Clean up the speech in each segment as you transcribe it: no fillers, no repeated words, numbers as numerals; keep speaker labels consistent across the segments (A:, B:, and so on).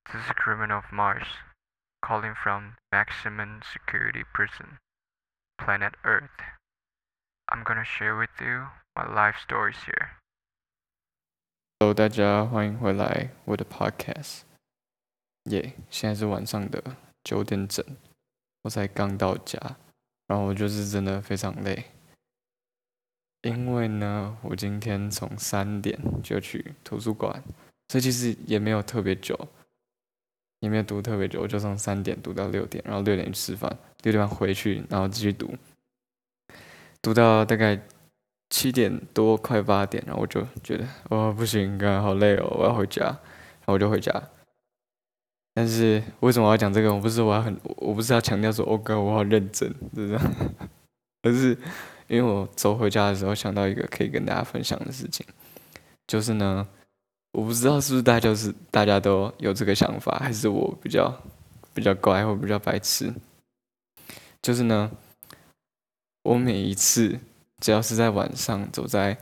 A: This is a criminal of Mars, calling from maximum security prison, planet Earth. I'm gonna share with you my life stories here.
B: Hello，大家欢迎回来我的 podcast。现在是晚上的9点整，我才刚到家，然后我就是真的非常累，因为呢，我今天从3点就去图书馆，所以其实也没有特别久，也没有读特别久，我就从3点读到6点，然后6点去吃饭，6点半回去，然后继续读，读到大概7点多快8点，然后我就觉得不行，刚好累哦，我要回家，然后我就回家。但是为什么我要讲这个？我不是要强调说哥我好认真，是这样，而是因为我走回家的时候想到一个可以跟大家分享的事情，就是呢，我不知道是不是大家都有这个想法，还是我比较乖或比较白痴，就是呢，我每一次只要是在晚上走在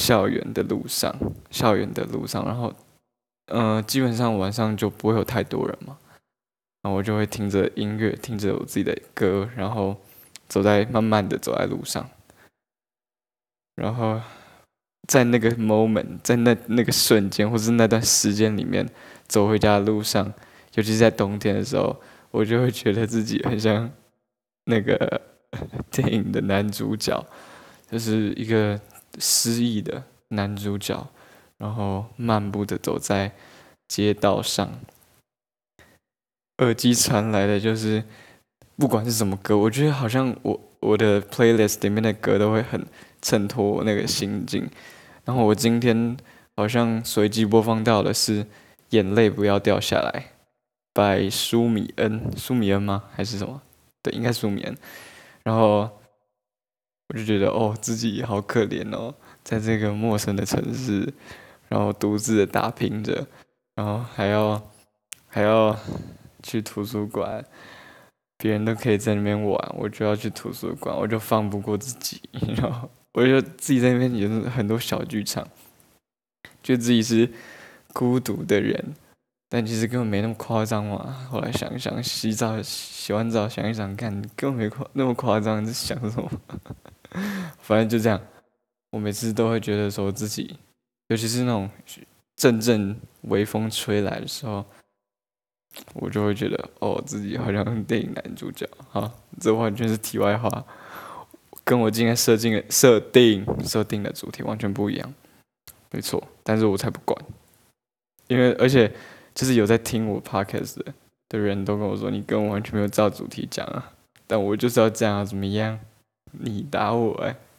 B: 校园的路上，然后基本上晚上就不会有太多人嘛。然后我就会听着音乐，听着我自己的歌，然后慢慢的走在路上，然后在那个 moment，在那个瞬间，或是那段时间里面，走回家的路上，尤其是在冬天的时候，我就会觉得自己很像那个电影的男主角，就是一个失忆的男主角，然后漫步的走在街道上，耳机传来的就是不管是什么歌，我觉得好像我的 playlist 里面的歌都会很衬托我那个心境。然后我今天好像随机播放到的是《眼泪不要掉下来》by 苏米恩吗？还是什么？对，应该是苏米恩。然后我就觉得自己好可怜哦，在这个陌生的城市，然后独自的打拼着，然后还要去图书馆，别人都可以在那边玩，我就要去图书馆，我就放不过自己，然后我就自己在那边有很多小剧场，觉得自己是孤独的人，但其实根本没那么夸张嘛。后来想一想，洗完澡想一想，看根本没那么夸张，你在想什么？反正就这样，我每次都会觉得说自己，尤其是那种阵阵微风吹来的时候。我就会觉得自己好像电影男主角。好，这完全是题外话，跟我今天设定的主题完全不一样。没错，但是我才不管，因为而且就是有在听我 podcast 的人都跟我说，你跟我完全没有照主题讲啊，但我就是要这样啊，怎么样？你打我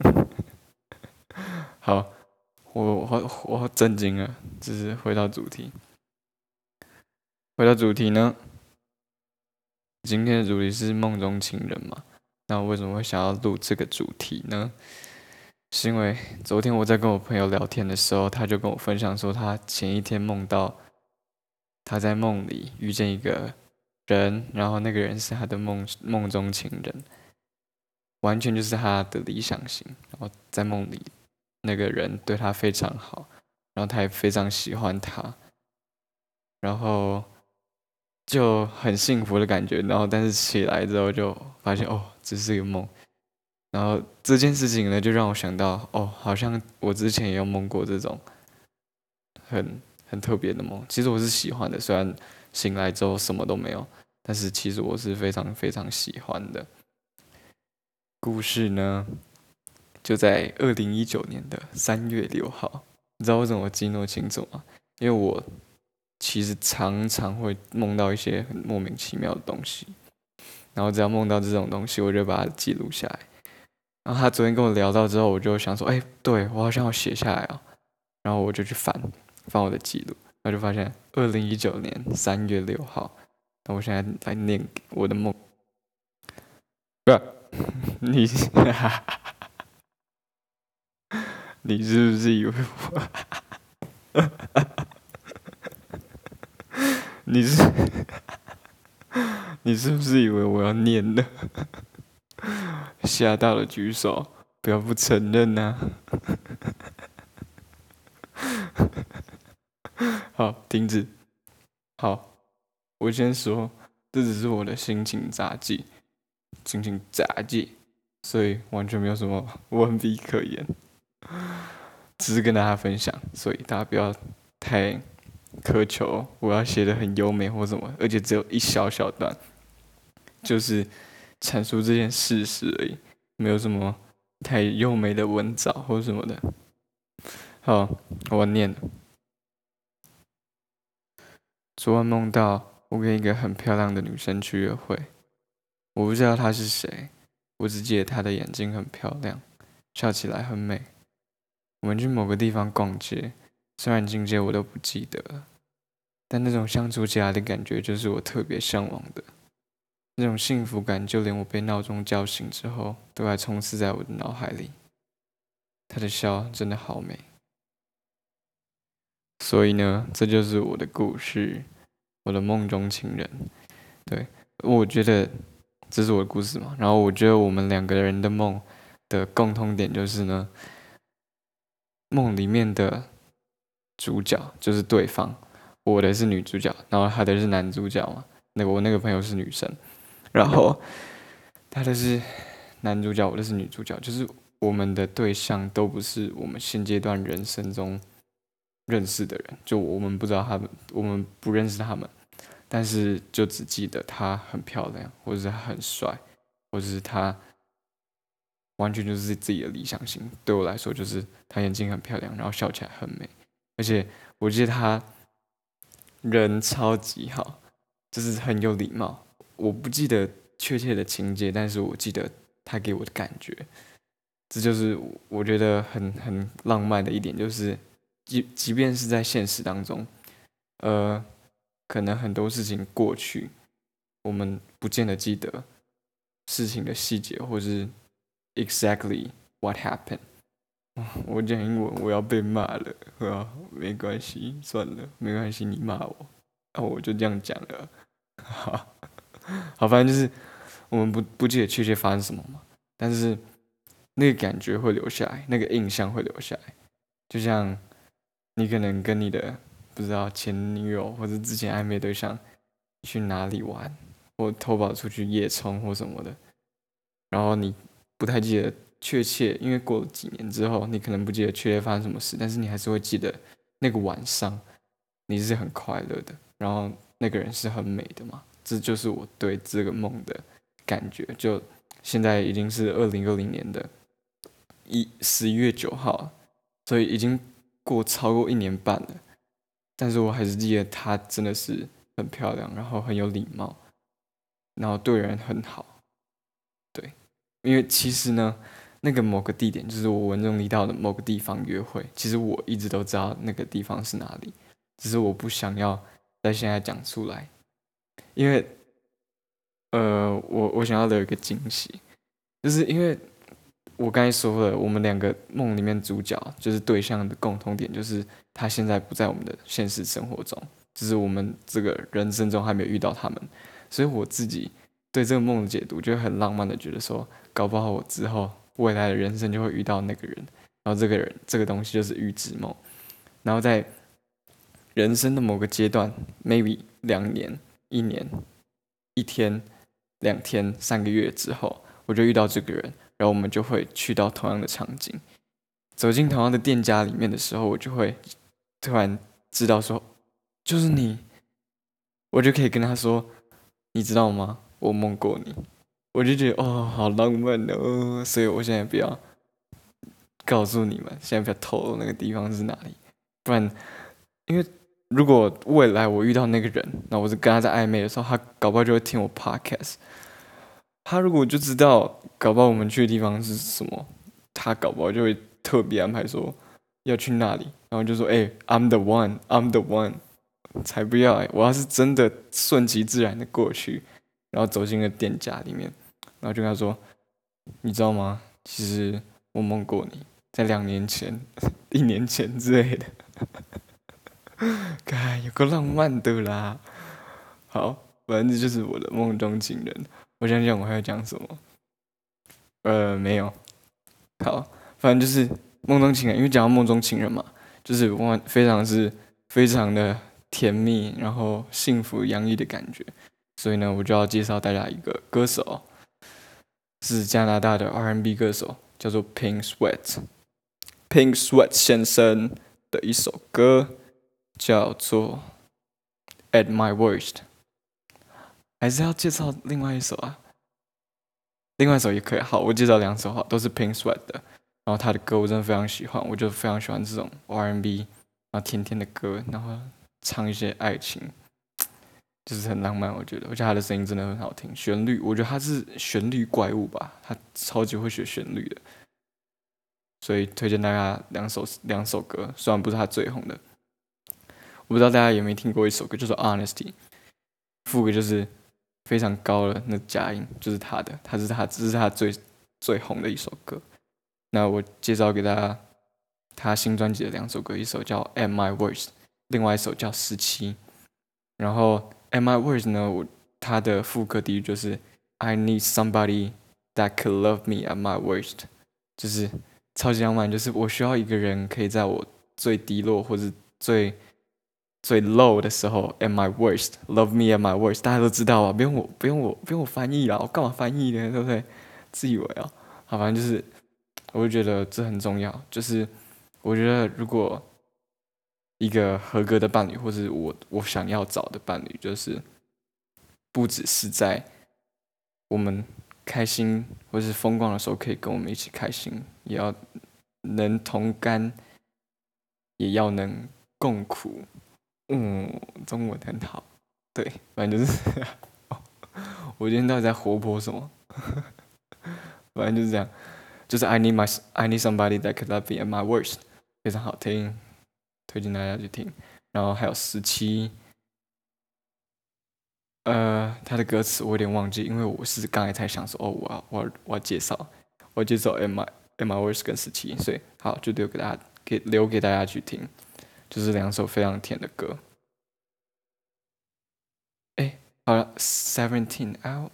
B: 好，我好震惊了，就是回到主题，呢？今天的主题是梦中情人嘛？那我为什么会想要录这个主题呢？是因为昨天我在跟我朋友聊天的时候，他就跟我分享说，他前一天梦到他在梦里遇见一个人，然后那个人是他的梦中情人，完全就是他的理想型。然后在梦里，那个人对他非常好，然后他也非常喜欢他，然后就很幸福的感觉。然后但是起来之后就发现只是一个梦。然后这件事情呢，就让我想到，好像我之前也有梦过这种很特别的梦。其实我是喜欢的，虽然醒来之后什么都没有，但是其实我是非常非常喜欢的。故事呢，就在2019年的3月6号。你知道为什么我记那么清楚吗？因为我其实常常会梦到一些很莫名其妙的东西，然后只要梦到这种东西，我就把它记录下来。然后他昨天跟我聊到之后，我就想说，对我好像要写下来啊。然后我就去翻我的记录，然后就发现2019年3月6号。那我现在来念我的梦，不是你，你是不是以为你是你是不是以为我要念的？吓到了举手，不要不承认呐、好，停止。好， 我先说，这只是我的心情杂记，心情杂记，所以完全没有什么文笔可言，只是跟大家分享，所以大家不要太苛求我要写的很优美或什么，而且只有一小小段，就是阐述这件事实而已，没有什么太优美的文藻或什么的。好，我念了。昨晚梦到我跟一个很漂亮的女生去约会，我不知道她是谁，我只记得她的眼睛很漂亮，笑起来很美。我们去某个地方逛街，虽然境界我都不记得了，但那种相处起来的感觉就是我特别向往的。那种幸福感，就连我被闹钟叫醒之后，都还充斥在我的脑海里。她的笑真的好美。所以呢，这就是我的故事，我的梦中情人。对，我觉得这是我的故事嘛。然后我觉得我们两个人的梦的共通点就是呢，梦里面的主角就是对方，我的是女主角，然后他的是男主角嘛。我那个朋友是女生，然后他的是男主角，我的是女主角，就是我们的对象都不是我们现阶段人生中认识的人，就我们不知道他们，我们不认识他们，但是就只记得他很漂亮，或者是他很帅，或者是他完全就是自己的理想型。对我来说，就是他眼睛很漂亮，然后笑起来很美，而且我记得他人超级好，就是很有礼貌。我不记得确切的情节，但是我记得他给我的感觉，这就是我觉得很浪漫的一点，就是即便是在现实当中，呃，可能很多事情过去，我们不见得记得事情的细节，或是 exactly what happened。我讲英文，我要被骂了，啊，没关系，算了，没关系，你骂我，我就这样讲了，好，好，反正就是我们不记得确切发生什么嘛，但是那个感觉会留下来，那个印象会留下来，就像你可能跟你的不知道前女友或者之前暧昧对象去哪里玩，或偷跑出去夜冲或什么的，然后你不太记得确切，因为过了几年之后，你可能不记得确切发生什么事，但是你还是会记得那个晚上你是很快乐的，然后那个人是很美的嘛。这就是我对这个梦的感觉。就现在已经是2020年的11月9号，所以已经超过1年半了，但是我还是记得她真的是很漂亮，然后很有礼貌，然后对人很好。对，因为其实呢，那个某个地点就是我文中提到的某个地方约会，其实我一直都知道那个地方是哪里，只是我不想要在现在讲出来，因为我想要留一个惊喜，就是因为我刚才说了，我们两个梦里面主角就是对象的共同点，就是他现在不在我们的现实生活中，就是我们这个人生中还没有遇到他们，所以我自己对这个梦的解读就会很浪漫的觉得说，搞不好我之后未来的人生就会遇到那个人，然后这个人这个东西就是预知梦，然后在人生的某个阶段，maybe 2年、1年、1天、2天、3个月之后，我就遇到这个人，然后我们就会去到同样的场景，走进同样的店家里面的时候，我就会突然知道说，就是你，我就可以跟他说，你知道吗？我梦过你，我就觉得哦，好浪漫哦，所以我现在不要告诉你们，现在不要透露那个地方是哪里，不然，因为如果未来我遇到那个人，那我是跟他在暧昧的时候，他搞不好就会听我 podcast。他如果就知道，搞不好我们去的地方是什么，他搞不好就会特别安排说要去那里，然后就说：“I'm the one, I'm the one。”才不要我要是真的顺其自然的过去，然后走进了店家里面，然后就跟他说：“你知道吗？其实我梦过你，在2年前、1年前之类的。”该有个浪漫的啦。好，反正这就是我的梦中情人。我想想我还要讲什么？没有。好，反正就是梦中情人，因为讲到梦中情人嘛，就是非常的甜蜜，然后幸福洋溢的感觉。所以呢，我就要介绍大家一个歌手，是加拿大的 R&B 歌手，叫做 Pink Sweat。Pink Sweat 先生的一首歌叫做《At My Worst》，还是要介绍另外一首啊？另外一首也可以。好，我介绍2首哈，都是 Pink Sweat 的。然后他的歌我真的非常喜欢，我就非常喜欢这种 R&B，然后甜甜的歌，然后唱一些爱情，就是很浪漫。我觉得他的声音真的很好听，旋律我觉得他是旋律怪物吧，他超级会学旋律的，所以推荐大家两首歌，虽然不是他最红的。我不知道大家有没有听过一首歌，叫做《Honesty》，副歌就是非常高的那假音，就是他的，这是他最红的一首歌。那我介绍给大家他新专辑的2首歌，一首叫《At My Worst》，另外一首叫《17》。然后《At My Worst》呢，他的副歌第一句就是 "I need somebody that could love me at my worst"， 就是超级浪漫，就是我需要一个人可以在我最低落或者最 low 的时候 ，at my worst，love me at my worst， 大家都知道啊，不用我翻译啦，我干嘛翻译呢？对不对？自以为啊，好，反正就是。我就觉得这很重要，就是我觉得如果一个合格的伴侣，或是我想要找的伴侣，就是不只是在我们开心或是风光的时候可以跟我们一起开心，也要能同甘，也要能共苦。中文很好，对，反正就是我今天到底在活泼什么？反正就是这样。就是 I need somebody that could love me at my worst， 非常好听，推荐大家去听。然后还有17，他的歌词我有点忘记，因为我是刚才才想说，我要介绍 at my worst 跟17，所以好就留给大家去听，就是2首非常甜的歌。好了，17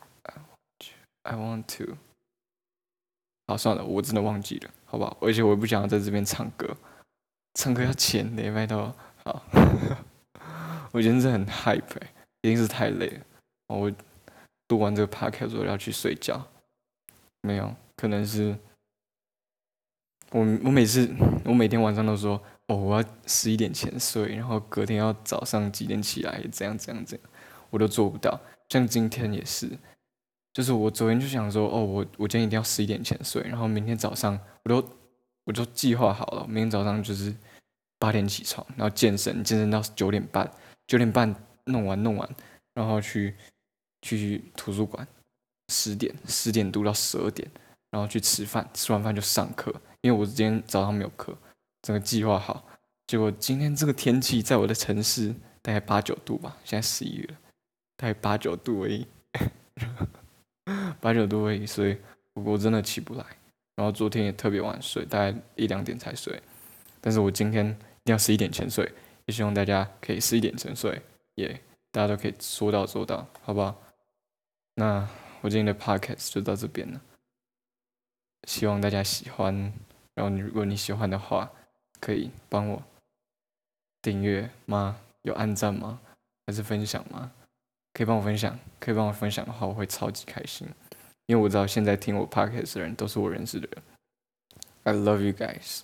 B: I want to。好，算了，我真的忘记了，好不好？而且我也不想要在这边唱歌，唱歌要钱的，拜托。好，我今天是很 hype，一定是太累了。我录完这个 podcast 之后要去睡觉，没有，可能是我每天晚上都说，我要11点前睡，然后隔天要早上几点起来，这样，我都做不到。像今天也是。就是我昨天就想说，我今天一定要11点前睡，然后明天早上我都计划好了，明天早上就是8点起床，然后健身到9点半弄完，然后去图书馆10点读到12点，然后去吃饭，吃完饭就上课，因为我今天早上没有课，整个计划好，结果今天这个天气在我的城市大概8、9度吧，现在11月了，大概8、9度而已。8、9度而已，所以我真的起不来。然后昨天也特别晚睡，大概1、2点才睡。但是我今天一定要11点前睡，也希望大家可以11点前睡，大家都可以说到做到，好不好？那我今天的 podcast 就到这边了，希望大家喜欢。然后如果你喜欢的话，可以帮我订阅吗？有按赞吗？还是分享吗？可以帮我分享的话，我会超级开心，因为我知道现在听我 podcast 的人都是我认识的人。I love you guys.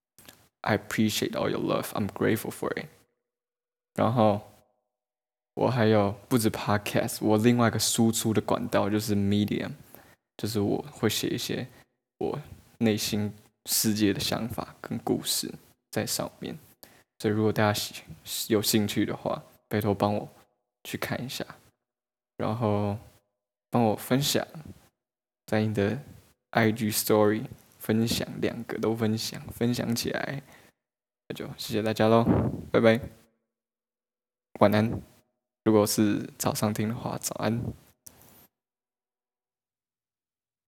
B: I appreciate all your love. I'm grateful for it. 然后我还有不止 podcast，我另外一个输出的管道就是 Medium，就是我会写一些我内心世界的想法跟故事在上面。所以如果大家有兴趣的话，拜托帮我去看一下。然后帮我分享，在你的 IG Story 分享2个都分享起来，那就谢谢大家喽，拜拜，晚安。如果是早上听的话，早安。